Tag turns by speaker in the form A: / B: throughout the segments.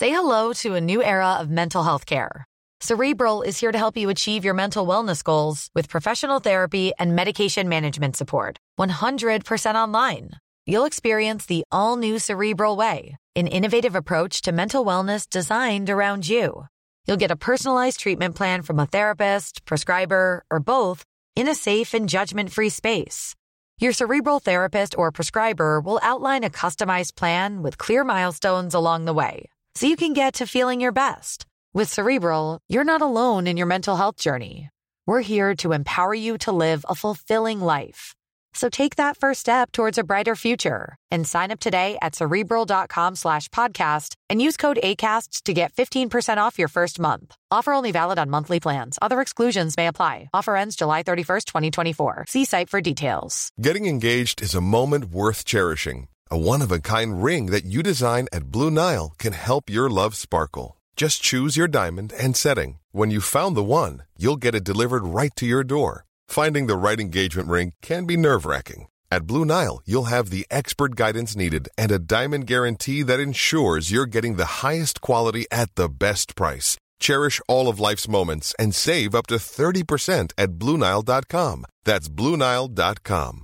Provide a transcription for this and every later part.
A: Say hello to a new era of mental health care. Cerebral is here to help you achieve your mental wellness goals with professional therapy and medication management support. 100% online. You'll experience the all-new Cerebral Way, an innovative approach to mental wellness designed around you. You'll get a personalized treatment plan from a therapist, prescriber, or both in a safe and judgment-free space. Your Cerebral therapist or prescriber will outline a customized plan with clear milestones along the way, so you can get to feeling your best. With Cerebral, you're not alone in your mental health journey. We're here to empower you to live a fulfilling life. So take that first step towards a brighter future and sign up today at Cerebral.com/podcast and use code ACAST to get 15% off your first month. Offer only valid on monthly plans. Other exclusions may apply. Offer ends July 31st, 2024. See site for details.
B: Getting engaged is a moment worth cherishing. A one-of-a-kind ring that you design at Blue Nile can help your love sparkle. Just choose your diamond and setting. When you found the one, you'll get it delivered right to your door. Finding the right engagement ring can be nerve-wracking. At Blue Nile, you'll have the expert guidance needed and a diamond guarantee that ensures you're getting the highest quality at the best price. Cherish all of life's moments and save up to 30% at BlueNile.com. That's BlueNile.com.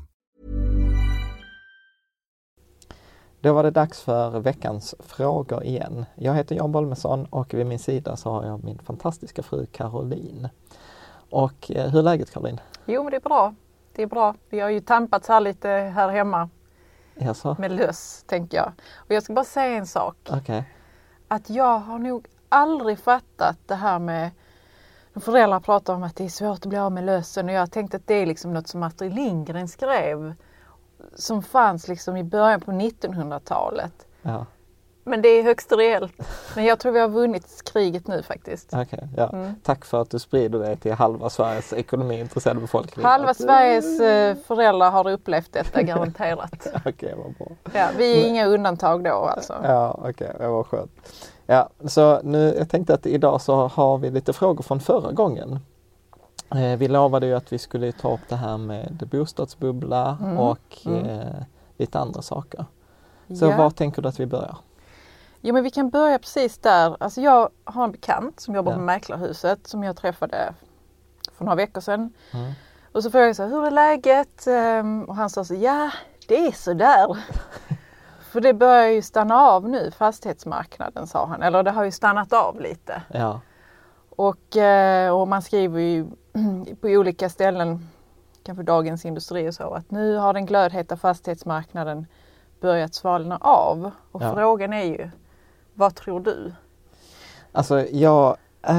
C: Då var det dags för veckans frågor igen. Jag heter Jan Bolmesson och vid min sida så har jag min fantastiska fru Caroline. Och hur är läget, Caroline?
D: Jo, men det är bra. Det är bra. Vi har ju tampats här lite här hemma.
C: Jaså?
D: Med löss, tänker jag. Och jag ska bara säga en sak.
C: Okay.
D: Att jag har nog aldrig fattat det här med... Föräldrar pratar om att det är svårt att bli av med lössen. Och jag tänkte att det är liksom något som Astrid Lindgren skrev. Som fanns liksom i början på 1900-talet.
C: Ja.
D: Men det är högst reellt. Men jag tror vi har vunnit kriget nu faktiskt.
C: Okay, ja. Tack för att du sprider det till halva Sveriges ekonomiintresserade befolkning.
D: Halva Sveriges föräldrar har upplevt detta garanterat.
C: Okej, vad bra.
D: Ja, vi är inga undantag då alltså.
C: Ja, okej, det var skönt. Ja, så nu, jag tänkte att idag så har vi lite frågor från förra gången. Vi lovade ju att vi skulle ta upp det här med bostadsbubbla och lite andra saker. Så var tänker du att vi börjar?
D: Jo, men vi kan börja precis där. Alltså jag har en bekant som jobbar på Mäklarhuset som jag träffade för några veckor sedan. Och så frågade jag så här, hur är läget? Och han sa så, ja det är så där. För det börjar ju stanna av nu, fastighetsmarknaden, sa han. Eller det har ju stannat av lite.
C: Ja.
D: Och man skriver ju på olika ställen, kanske Dagens Industri och så, att nu har den glödheta fastighetsmarknaden börjat svalna av. Och frågan är ju, vad tror du?
C: Alltså jag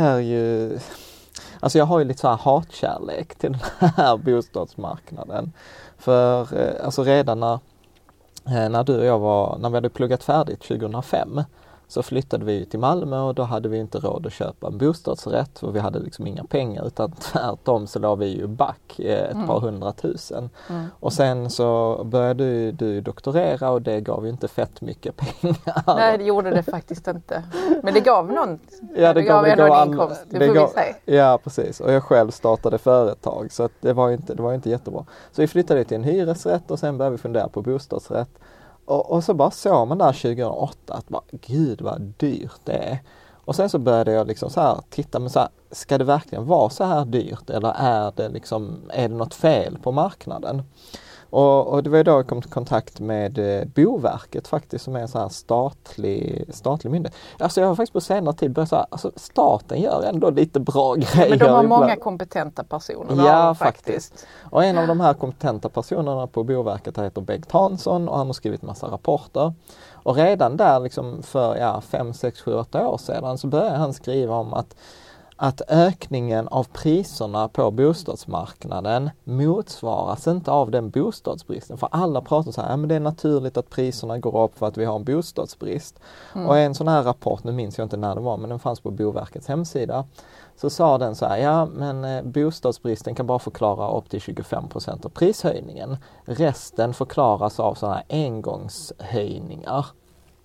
C: har ju lite så här hatkärlek till den här bostadsmarknaden. För alltså redan när du och jag när vi hade pluggat färdigt 2005 så flyttade vi till Malmö och då hade vi inte råd att köpa en bostadsrätt för vi hade liksom inga pengar, utan tvärtom så la vi ju back ett par 100 000. Och sen så började du doktorera och det gav ju inte fett mycket pengar.
D: Nej, det gjorde det faktiskt inte. Men det gav någon.
C: Ja, det gav
D: ändå en inkomst, det får vi säga.
C: Ja, precis. Och jag själv startade företag så att det var inte jättebra. Så vi flyttade till en hyresrätt och sen började vi fundera på bostadsrätt. Och så bara såg man där 2008 att gud vad dyrt det är. Och sen så började jag liksom så här titta, men så här, ska det verkligen vara så här dyrt eller är det något fel på marknaden? Och det var ju då jag kom i kontakt med Boverket faktiskt, som är en så här statlig myndighet. Alltså jag har faktiskt på senare tid börjat säga, alltså staten gör ändå lite bra grejer.
D: Men de har många kompetenta personer.
C: Ja, faktiskt. Och en av de här kompetenta personerna på Boverket heter Bengt Hansson och han har skrivit massa rapporter. Och redan där liksom för 5, 6, 7, 8 år sedan så började han skriva om att ökningen av priserna på bostadsmarknaden motsvaras inte av den bostadsbristen. För alla pratar så här, men det är naturligt att priserna går upp för att vi har en bostadsbrist. Och en sån här rapport, nu minns jag inte när det var, men den fanns på Boverkets hemsida. Så sa den så här, men bostadsbristen kan bara förklara upp till 25% av prishöjningen. Resten förklaras av sådana här engångshöjningar.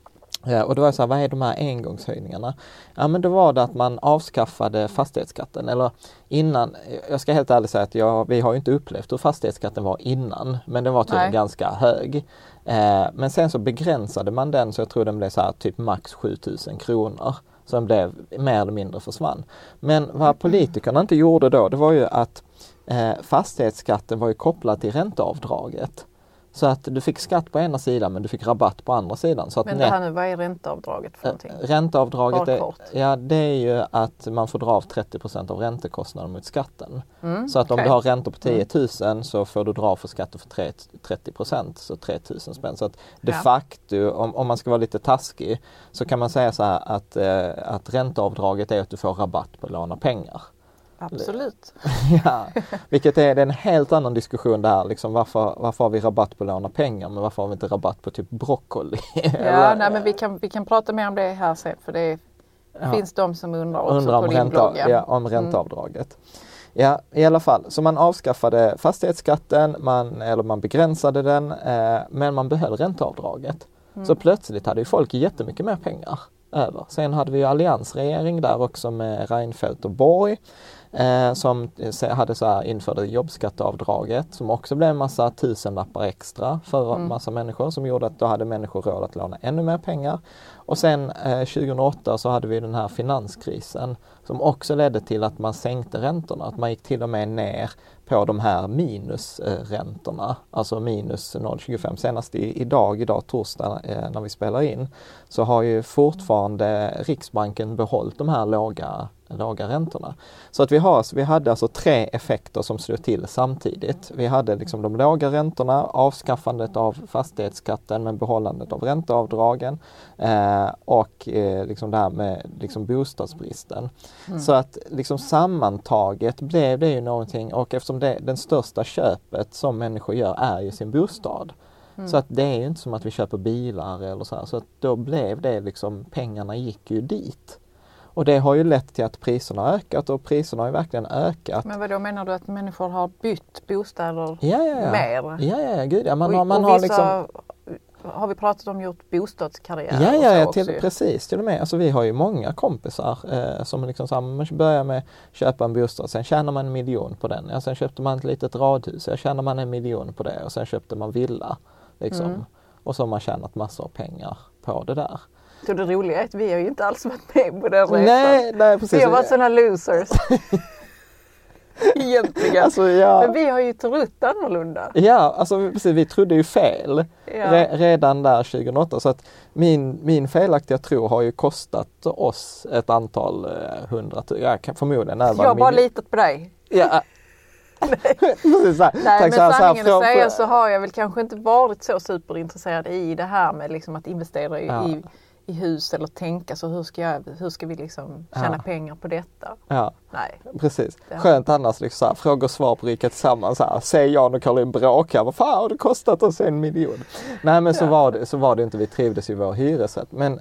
C: Ja, och då var jag så här, vad är de här engångshöjningarna? Ja, men då var det att man avskaffade fastighetsskatten. Eller innan, jag ska helt ärligt säga att vi har ju inte upplevt hur fastighetsskatten var innan. Men den var tydligen ganska hög. Men sen så begränsade man den, så jag tror den blev så här typ max 7000 kronor. Så den blev mer eller mindre försvann. Men vad politikerna inte gjorde då, det var ju att fastighetsskatten var ju kopplad till ränteavdraget. Så att du fick skatt på ena sidan men du fick rabatt på andra sidan. Så att
D: men det här nu, vad är ränteavdraget för någonting?
C: Ränteavdraget det är ju att man får dra av 30% av räntekostnaden mot skatten. Så att om du har räntor på 10 000 så får du dra för skatter för 30%, så 3 000 spänn. Så att de facto, om man ska vara lite taskig, så kan man säga så här att ränteavdraget är att du får rabatt på att låna pengar.
D: Absolut.
C: Ja, vilket är en helt annan diskussion där. Liksom varför har vi rabatt på att låna pengar, men varför har vi inte rabatt på typ broccoli?
D: Ja, nej, men vi kan prata mer om det här sen, för det finns de som undrar också på din blogg.
C: Ja, om ränteavdraget. Ja, i alla fall. Så man avskaffade fastighetsskatten, man begränsade den, men man behöll ränteavdraget. Så plötsligt hade ju folk jättemycket mer pengar över. Sen hade vi ju alliansregering där också med Reinfeldt och Borg. Som hade införde jobbskatteavdraget, som också blev en massa tusenlappar extra för en massa människor, som gjorde att då hade människor råd att låna ännu mer pengar. Och sen 2008 så hade vi den här finanskrisen som också ledde till att man sänkte räntorna. Att man gick till och med ner på de här minusräntorna, alltså minus 0,25. Senast idag torsdag när vi spelar in, så har ju fortfarande Riksbanken behållit de här låga räntorna. Så att vi hade alltså 3 effekter som slog till samtidigt. Vi hade liksom de låga räntorna, avskaffandet av fastighetsskatten men behållandet av ränteavdragen och liksom det här med liksom bostadsbristen. Så att liksom sammantaget blev det ju någonting, och eftersom den största köpet som människor gör är ju sin bostad. Så att det är ju inte som att vi köper bilar eller så här. Så att då blev det liksom, pengarna gick ju dit. Och det har ju lett till att priserna har ökat, och priserna har ju verkligen ökat.
D: Men vad då menar du, att människor har bytt bostäder mer?
C: Ja, gud ja.
D: Man har liksom... Har vi pratat om gjort bostadskarriär?
C: Ja, precis. Till och med. Alltså, vi har ju många kompisar som liksom man börjar med att köpa en bostad, sen tjänar man 1 miljon på den. Ja, sen köpte man ett litet radhus, sen tjänar man 1 miljon på det, och sen köpte man villa. Liksom. Och så har man tjänat massor av pengar på det där.
D: Så det roliga är att vi har ju inte alls varit med på den resan.
C: Nej, precis.
D: Vi har varit sådana losers. Egentligen.
C: Alltså,
D: men vi har ju trott annorlunda.
C: Ja, alltså precis, vi trodde ju fel redan där 2008. Så att min felaktiga tro har ju kostat oss ett antal 100 000. Jag kan förmodligen
D: jag har bara litat på dig.
C: Ja.
D: Nej, men sanningen att säga så har jag väl kanske inte varit så superintresserad i det här med liksom att investera i hus, eller tänka så hur ska vi liksom tjäna pengar på detta? Ja, nej.
C: Precis. Skönt annars liksom frågor och svar på Rika Tillsammans säger Jan och Caroline bråkar, vad fan har det kostat oss 1 miljon? Nej, men så var det inte, vi trivdes i vår hyresrätt. Men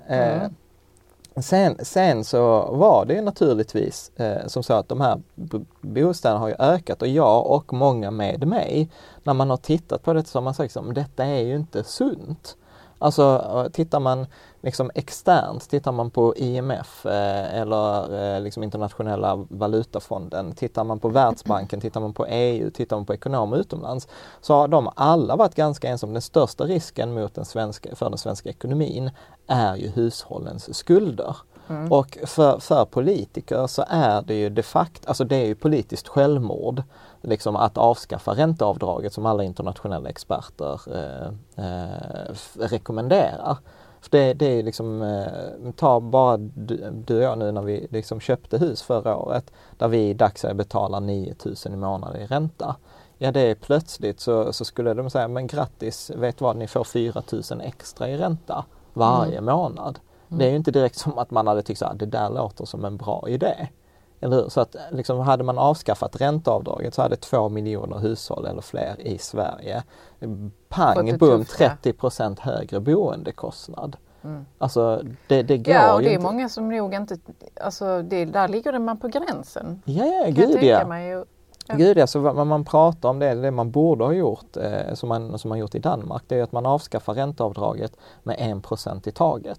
C: sen så var det naturligtvis som så att de här bostäderna har ju ökat, och jag och många med mig, när man har tittat på det så har man sagt att detta är ju inte sunt. Alltså tittar man liksom externt, tittar man på IMF eller liksom internationella valutafonden, tittar man på Världsbanken, tittar man på EU, tittar man på ekonomer utomlands, så har de alla varit ganska ensamma. Den största risken för den svenska ekonomin är ju hushållens skulder. Och för politiker så är det ju de facto, alltså det är ju politiskt självmord liksom att avskaffa ränteavdraget, som alla internationella experter rekommenderar. För det är liksom, ta bara du och jag nu när vi liksom köpte hus förra året, där vi i dagsläget betalar 9 000 i månaden i ränta. Ja, det är plötsligt så skulle de säga, men grattis, vet vad, ni får 4 000 extra i ränta varje månad. Det är ju inte direkt som att man hade tyckt att det där låter som en bra idé. Eller hur? Så att liksom, hade man avskaffat ränteavdraget så hade 2 miljoner hushåll eller fler i Sverige pang, boom, 30% högre boendekostnad. Alltså det går ju.
D: Ja, och det är inte. Många som nog inte, alltså där ligger man på gränsen.
C: Ja, gud ja. Gud ja, så vad man pratar om det man borde ha gjort, som man gjort i Danmark, det är att man avskaffar ränteavdraget med 1% i taget.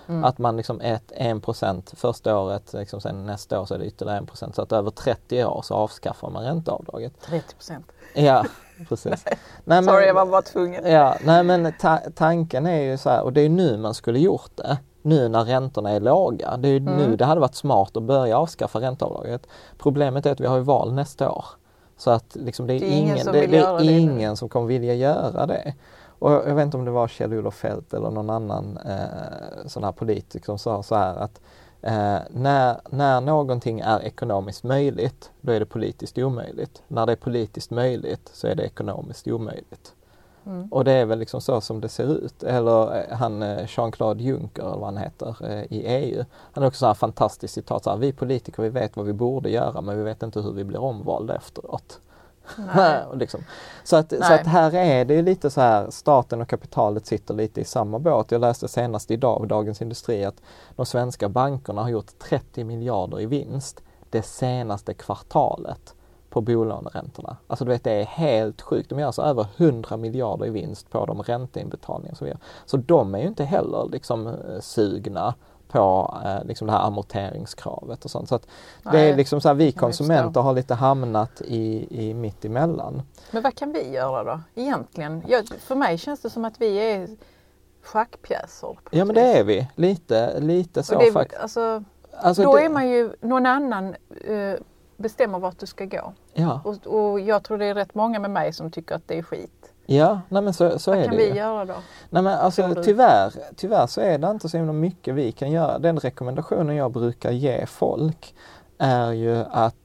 C: Att man liksom 1% första året, liksom sen nästa år så är det ytterligare 1%. Så att över 30 år så avskaffar man ränteavdraget.
D: 30%.
C: Ja, precis. Nej,
D: Sorry, jag var bara tvungen.
C: Ja, nej men tanken är ju så här, och det är nu man skulle gjort det. Nu när räntorna är låga. Det är ju nu det hade varit smart att börja avskaffa ränteavdraget. Problemet är att vi har ju val nästa år. Så att liksom det är ingen som kommer vilja göra det. Och jag vet inte om det var Kjell-Olof Feldt eller någon annan sån här politiker som sa så här att när någonting är ekonomiskt möjligt, då är det politiskt omöjligt. När det är politiskt möjligt så är det ekonomiskt omöjligt. Och det är väl liksom så som det ser ut. Eller Jean-Claude Juncker eller vad han heter i EU. Han har också så här fantastiskt citat så här, vi politiker vi vet vad vi borde göra men vi vet inte hur vi blir omvalda efteråt. liksom. Så att här är det lite så här, staten och kapitalet sitter lite i samma båt. Jag läste senast idag av Dagens Industri att de svenska bankerna har gjort 30 miljarder i vinst det senaste kvartalet på bolåneräntorna. Alltså du vet, det är helt sjukt. De gör alltså över 100 miljarder i vinst på de ränteinbetalningar som vi gör. Så de är ju inte heller liksom sugna på liksom det här amorteringskravet och sånt. Så att det är liksom så här, vi konsumenter har lite hamnat i mitt emellan.
D: Men vad kan vi göra då egentligen? För mig känns det som att vi är schackpjäser.
C: Ja men det är vi. Lite så faktiskt.
D: Alltså då är man ju någon annan bestämmer vart du ska gå.
C: Ja.
D: Och jag tror det är rätt många med mig som tycker att det är skit.
C: Ja, nej men så är det.
D: Vad kan vi göra då?
C: Nej men alltså tyvärr så är det inte så himla mycket vi kan göra. Den rekommendationen jag brukar ge folk är ju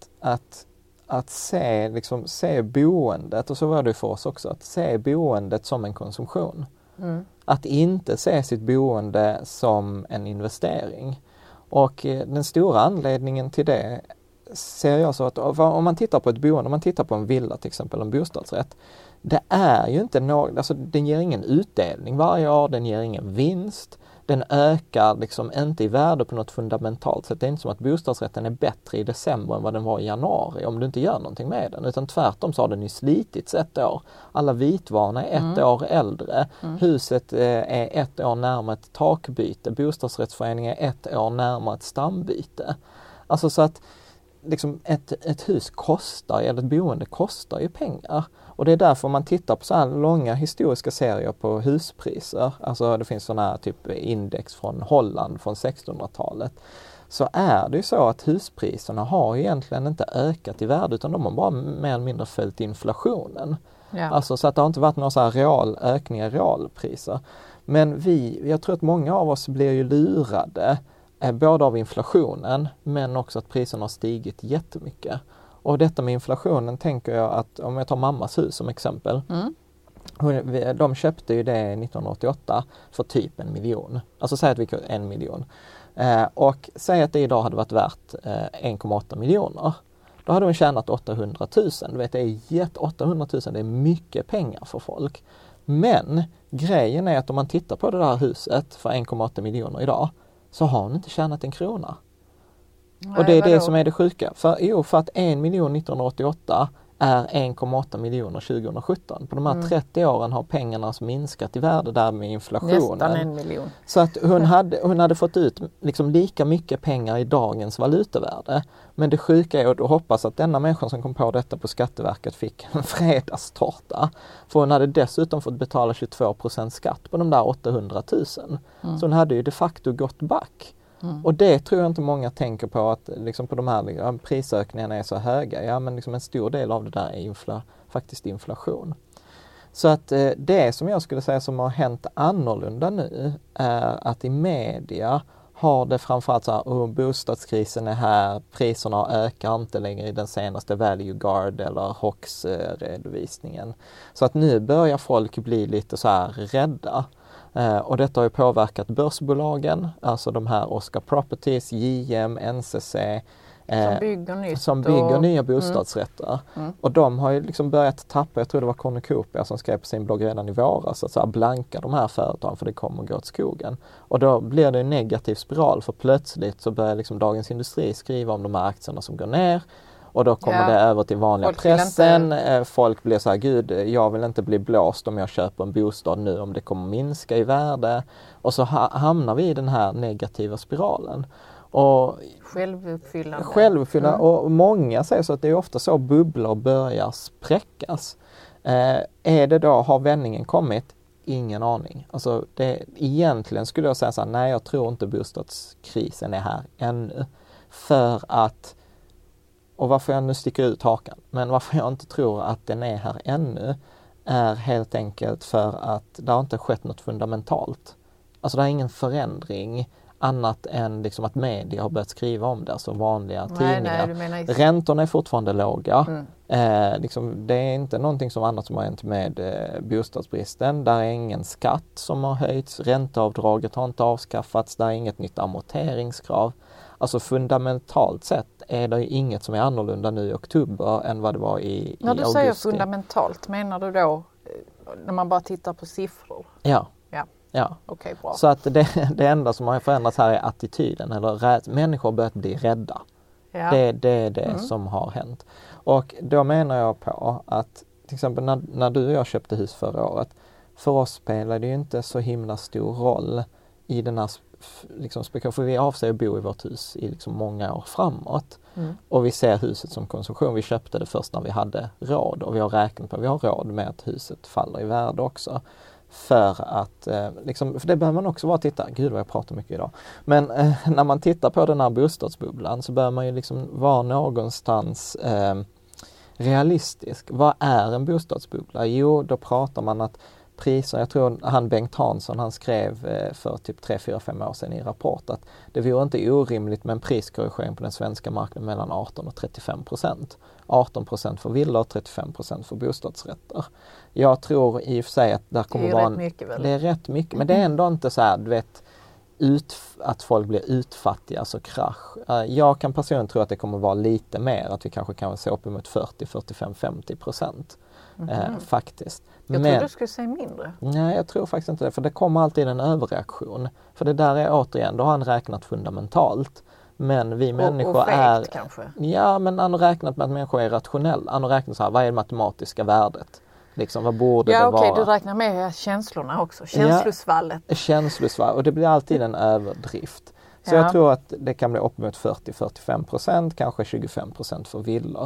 C: att se boendet, och så var det för oss också, att se boendet som en konsumtion. Att inte se sitt boende som en investering. Och den stora anledningen till det ser jag så att om man tittar på ett boende, om man tittar på en villa till exempel, en bostadsrätt, det är ju inte alltså den ger ingen utdelning varje år, den ger ingen vinst, den ökar liksom inte i värde på något fundamentalt sätt. Det är inte som att bostadsrätten är bättre i december än vad den var i januari om du inte gör någonting med den, utan tvärtom så har den ju slitits ett år. Alla vitvaror är ett år äldre, huset är ett år närmare ett takbyte, bostadsrättsföreningen är ett år närmare ett stambyte. Alltså så att liksom ett hus kostar, eller ett boende kostar ju pengar. Och det är därför man tittar på så här långa historiska serier på huspriser. Alltså det finns sådana här typ index från Holland från 1600-talet. Så är det ju så att huspriserna har egentligen inte ökat i värde, utan de har bara mer eller mindre följt inflationen. Ja. Alltså så att det har inte varit några så här ökningar i realpriser. Men jag tror att många av oss blir ju lurade både av inflationen men också att priserna har stigit jättemycket. Och detta med inflationen tänker jag att, om jag tar mammas hus som exempel. De köpte ju det 1988 för typ 1 miljon. Alltså säg att vi 1 miljon. Och säg att det idag hade varit värt 1,8 miljoner. Då hade hon tjänat 800 000. Du vet, 800 000 det är mycket pengar för folk. Men grejen är att om man tittar på det där huset för 1,8 miljoner idag, så har hon inte tjänat en krona. Nej, och det är det som är det sjuka. För att 1 miljon 1988 är 1,8 miljoner 2017. På de här 30 åren har pengarna minskat i värde där med inflationen.
D: Nästan 1 miljon.
C: Så att hon hade fått ut liksom lika mycket pengar i dagens valutavärde. Men det sjuka är att hoppas att denna människan som kom på detta på Skatteverket fick en fredagstårta. För hon hade dessutom fått betala 22% skatt på de där 800 000. Så hon hade ju de facto gått back. Och det tror jag inte många tänker på, att liksom på de här prisökningarna är så höga. Ja, men liksom en stor del av det där är faktiskt inflation. Så att det som jag skulle säga som har hänt annorlunda nu är att i media har det framförallt så här, bostadskrisen är här, priserna ökar inte längre i den senaste Value Guard eller HOX redovisningen. Så att nu börjar folk bli lite så här rädda. Och detta har ju påverkat börsbolagen, alltså de här Oscar Properties, JM, NCC som bygger nya bostadsrätter. Och de har ju liksom börjat tappa, jag tror det var Cornucopia som skrev på sin blogg redan i våras, att så här blanka de här företagen för det kommer att gå åt skogen. Och då blir det en negativ spiral, för plötsligt så börjar liksom Dagens Industri skriva om de här aktierna som går ner. Och då kommer det över till vanliga
D: Folk vill
C: pressen. Folk blir så här, gud, jag vill inte bli blåst om jag köper en bostad nu, om det kommer minska i värde. Och så hamnar vi i den här negativa spiralen. Och självuppfyllande. Och många säger så att det är ofta så bubblor börjar spräckas. Är det då, har vändningen kommit? Ingen aning. Alltså egentligen skulle jag säga så här, nej, jag tror inte bostadskrisen är här ännu. För att, och varför jag nu sticker ut hakan, men varför jag inte tror att den är här ännu är helt enkelt för att det har inte skett något fundamentalt. Alltså det är ingen förändring annat än liksom att media har börjat skriva om det, alltså vanliga tidningar. Räntorna är fortfarande låga. Det är inte någonting som annat som har hänt med bostadsbristen. Där är ingen skatt som har höjts, ränteavdraget har inte avskaffats, där är inget nytt amorteringskrav. Alltså fundamentalt sett är det inget som är annorlunda nu i oktober än vad det var i augusti.
D: När du säger fundamentalt, menar du då när man bara tittar på siffror?
C: Ja.
D: Okej, bra.
C: Så att det enda som har förändrats här är attityden, eller människor har börjat bli rädda. Ja. Det är det som har hänt. Och då menar jag på att till exempel när du och jag köpte hus förra året, för oss spelar det ju inte så himla stor roll i den här liksom, för vi avser att bo i vårt hus i liksom många år framåt. Och vi ser huset som konsumtion. Vi köpte det först när vi hade råd, och vi har räknat på att vi har råd med att huset faller i värde också. För att, för det behöver man också vara titta, gud vad jag pratar mycket idag. Men när man tittar på den här bostadsbubblan så bör man ju liksom vara någonstans realistisk. Vad är en bostadsbubbla? Jo, då pratar man att priser, jag tror Bengt Hansson, han skrev för typ 3-4-5 år sedan i rapport att det vore inte orimligt med en priskorrigering på den svenska marknaden mellan 18 och 35%. 18% för villor och 35% för bostadsrätter. Jag tror i och för sig att där kommer vara det är rätt mycket, men det är ändå inte så här, du vet, att folk blir utfattiga, alltså krasch. Jag kan personligen tro att det kommer vara lite mer, att vi kanske kan se upp emot 40-45-50%. Faktiskt.
D: Jag tror du skulle säga mindre.
C: Nej, jag tror faktiskt inte det, för det kommer alltid en överreaktion. För det där är återigen, då har han räknat fundamentalt. Men vi människor
D: och
C: är...
D: kanske.
C: Ja, men han har räknat med att människor är rationella. Han har räknat så här, vad är det matematiska värdet? Liksom, vad borde det vara?
D: Du räknar med känslorna också. Känslosvallet.
C: Ja, känslosvallet. Och det blir alltid en överdrift. Så jag tror att det kan bli upp mot 40-45%, kanske 25% för villor.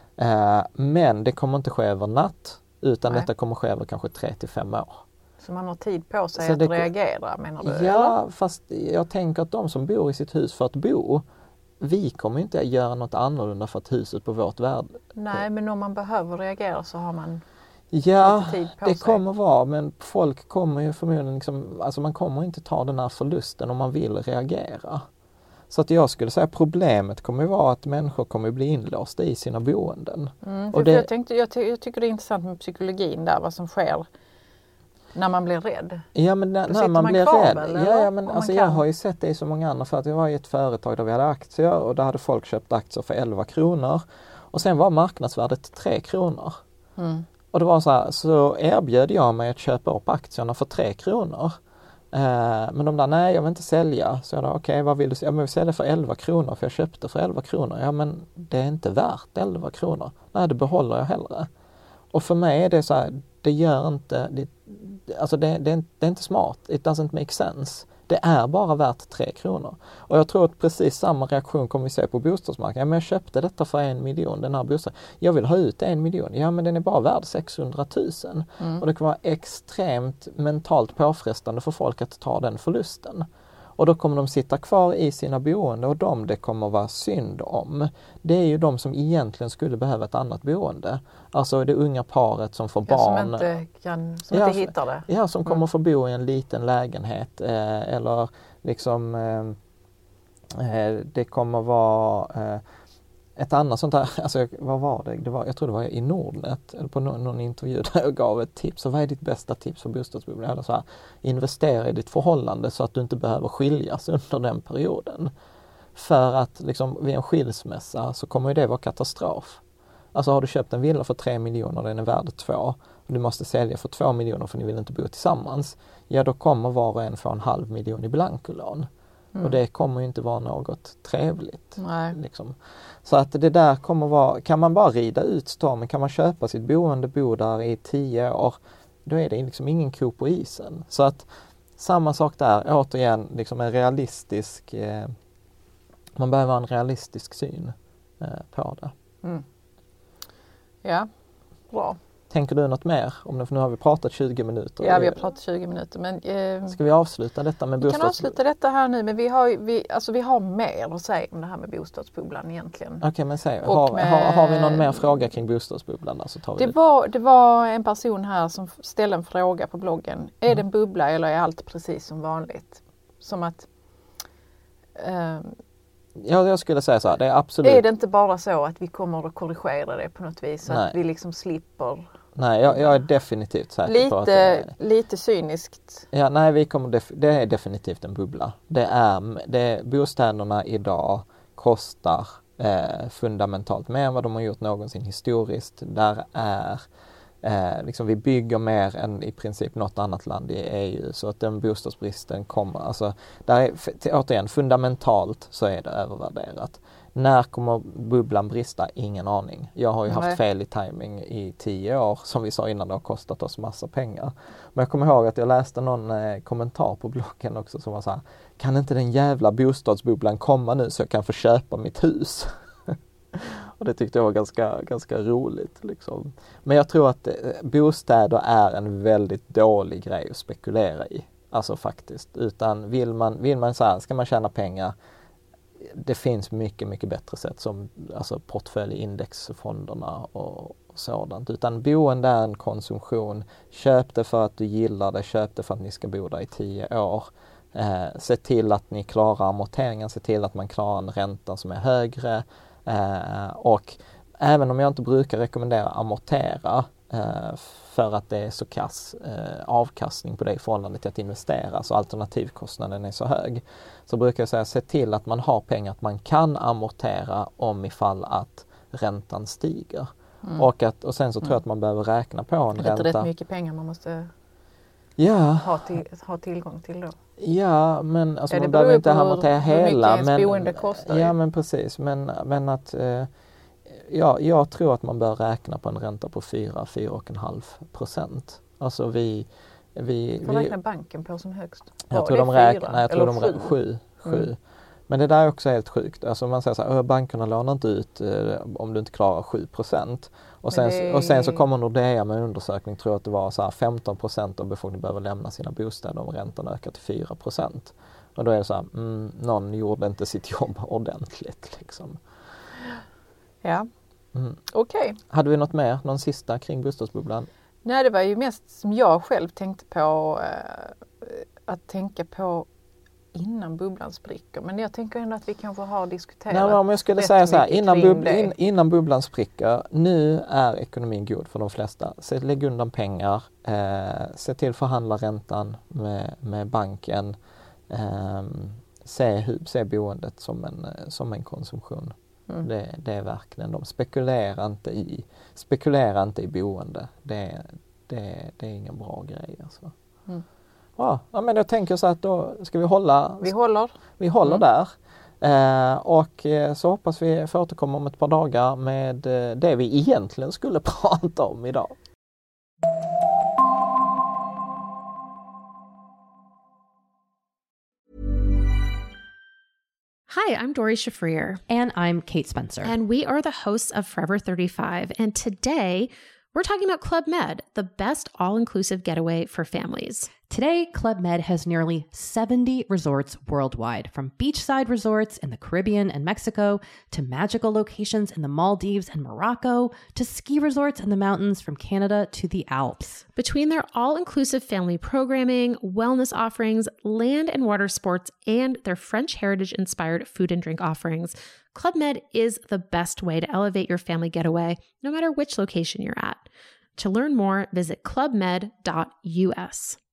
C: Men det kommer inte ske över natt, utan detta kommer ske över kanske 3-5 år.
D: Så man har tid på sig att reagera, menar du?
C: Ja, eller? Fast jag tänker att de som bor i sitt hus för att bo, vi kommer inte att göra något annorlunda för att huset på vårt värde.
D: Nej, men om man behöver reagera så har man
C: lite tid på sig.
D: Det
C: kommer vara, men folk kommer ju förmodligen liksom, alltså man kommer inte ta den här förlusten om man vill reagera. Så att jag skulle säga problemet kommer ju vara att människor kommer bli inlåsta i sina boenden.
D: Och jag tycker det är intressant med psykologin där, vad som sker när man blir rädd.
C: Ja, men när man blir rädd. Ja, men alltså jag har ju sett det i så många andra, för att jag var i ett företag där vi hade aktier och där hade folk köpt aktier för 11 kronor. Och sen var marknadsvärdet 3 kronor. Och det var så här, så erbjöd jag mig att köpa upp aktierna för 3 kronor. Men de där, nej, jag vill inte sälja. Så jag då, okej, vad vill du säga? Jag vill sälja för 11 kronor, för jag köpte för 11 kronor. Ja, men det är inte värt 11 kronor. Nej, det behåller jag hellre. Och för mig är det så här, det gör inte, det är inte smart. It doesn't make sense. Det är bara värt 3 kronor. Och jag tror att precis samma reaktion kommer vi se på bostadsmarknaden. Ja, men jag köpte detta för 1 miljon, den här bostaden. Jag vill ha ut 1 miljon. Ja, men den är bara värd 600 000. Och det kan vara extremt mentalt påfrestande för folk att ta den förlusten. Och då kommer de sitta kvar i sina boende, och det kommer vara synd om. Det är ju de som egentligen skulle behöva ett annat boende. Alltså det unga paret som får barn.
D: Som inte hittar det.
C: Ja, som kommer få bo i en liten lägenhet. Eller liksom det kommer vara ett annat sånt där, alltså vad var det? Jag tror det var i Nordnet, eller på någon intervju där jag gav ett tips. Så vad är ditt bästa tips för bostadsbubblan? Eller så här, investera i ditt förhållande så att du inte behöver skiljas under den perioden. För att liksom, vid en skilsmässa så kommer ju det vara katastrof. Alltså har du köpt en villa för 3 miljoner, den är värd 2, och du måste sälja för 2 miljoner för ni vill inte bo tillsammans. Ja, då kommer var och en få 500 000 i blankolån. Och det kommer ju inte vara något trevligt.
D: Nej.
C: Liksom. Så att det där kommer vara, kan man bara rida ut stormen, kan man köpa sitt boende, bo där i 10 år, då är det liksom ingen ko på isen. Så att samma sak där, återigen liksom en realistisk, man behöver en realistisk syn på det.
D: Ja, bra.
C: Tänker du något mer om det? För nu har vi pratat 20 minuter.
D: Ja, vi har pratat 20 minuter. Men,
C: ska vi avsluta detta med
D: Vi kan avsluta detta här nu, men vi har mer att säga om det här med bostadsbubblan egentligen.
C: Okej, men säg, har vi någon mer fråga kring bostadsbubblan? Så tar vi
D: det var en person här som ställde en fråga på bloggen. Är det en bubbla eller är allt precis som vanligt? Som att...
C: Ja, jag skulle säga så här, det är absolut...
D: Är det inte bara så att vi kommer att korrigera det på något vis? Så att vi liksom slipper...
C: Nej, jag är definitivt säker på att...
D: Lite cyniskt.
C: Ja, nej, det är definitivt en bubbla. Bostäderna idag kostar fundamentalt mer än vad de har gjort någonsin historiskt. Där är... liksom vi bygger mer än i princip något annat land i EU, så att den bostadsbristen kommer, alltså där är, återigen fundamentalt så är det övervärderat. När kommer bubblan brista? Ingen aning. Jag har ju haft fel i timing i 10 år, som vi sa innan, det har kostat oss massa pengar. Men jag kommer ihåg att jag läste någon kommentar på bloggen också som var så här: kan inte den jävla bostadsbubblan komma nu så jag kan få köpa mitt hus? Och det tyckte jag var ganska roligt. Liksom. Men jag tror att bostäder är en väldigt dålig grej att spekulera i. Alltså faktiskt. Utan vill man så här, ska man tjäna pengar, det finns mycket, mycket bättre sätt som alltså portföljindexfonderna och sådant. Utan boende är en konsumtion. Köp det för att du gillar det, köp det för att ni ska bo där i 10 år. Se till att ni klarar amorteringen, se till att man klarar en ränta som är högre. Och även om jag inte brukar rekommendera amortera för att det är så kass avkastning på det i förhållande till att investera, så alternativkostnaden är så hög, så brukar jag säga se till att man har pengar att man kan amortera om ifall att räntan stiger. Och sen så tror jag att man behöver räkna på en ränta.
D: Det är rätt mycket pengar man måste ha tillgång till då.
C: Ja, men alltså man behöver inte amortera hela.
D: Boende kostar.
C: Ja, men precis. Men att jag tror att man bör räkna på en ränta på 4,5%. Alltså vi
D: räknar banken på som högst.
C: Jag tror de räknar 7. Men det där är också helt sjukt. Alltså man säger så här, bankerna lånar inte ut om du inte klarar 7%. Och sen så kommer Nordea med en undersökning, tror att det var så här 15% av befolkningen behöver lämna sina bostäder om räntan ökar till 4%. Och då är det så här, någon gjorde inte sitt jobb ordentligt liksom.
D: Ja, okej.
C: Hade vi något mer, någon sista kring bostadsbubblan?
D: Nej, det var ju mest som jag själv tänkte på att tänka på innan bubblan spricker. Men jag tänker ändå att vi kanske har diskuterat. Nej,
C: om jag skulle säga så här, innan bubblan spricker, nu är ekonomin god för de flesta. Så lägg undan pengar, se till att förhandla räntan med banken, se boendet som en konsumtion. Det är verkligen de. Spekulera inte i boende. Det är ingen bra grej alltså. Ja, men jag tänker så att då ska vi hålla. Vi håller där. Och så hoppas vi får återkomma om ett par dagar med det vi egentligen skulle prata om idag.
E: Hi, I'm Doree Shafrir.
F: And I'm Kate Spencer.
E: And we are the hosts of Forever 35. And today, we're talking about Club Med, the best all-inclusive getaway for families.
F: Today, Club Med has nearly 70 resorts worldwide, from beachside resorts in the Caribbean and Mexico, to magical locations in the Maldives and Morocco, to ski resorts in the mountains from Canada to the Alps.
E: Between their all-inclusive family programming, wellness offerings, land and water sports, and their French heritage-inspired food and drink offerings, Club Med is the best way to elevate your family getaway, no matter which location you're at. To learn more, visit clubmed.us.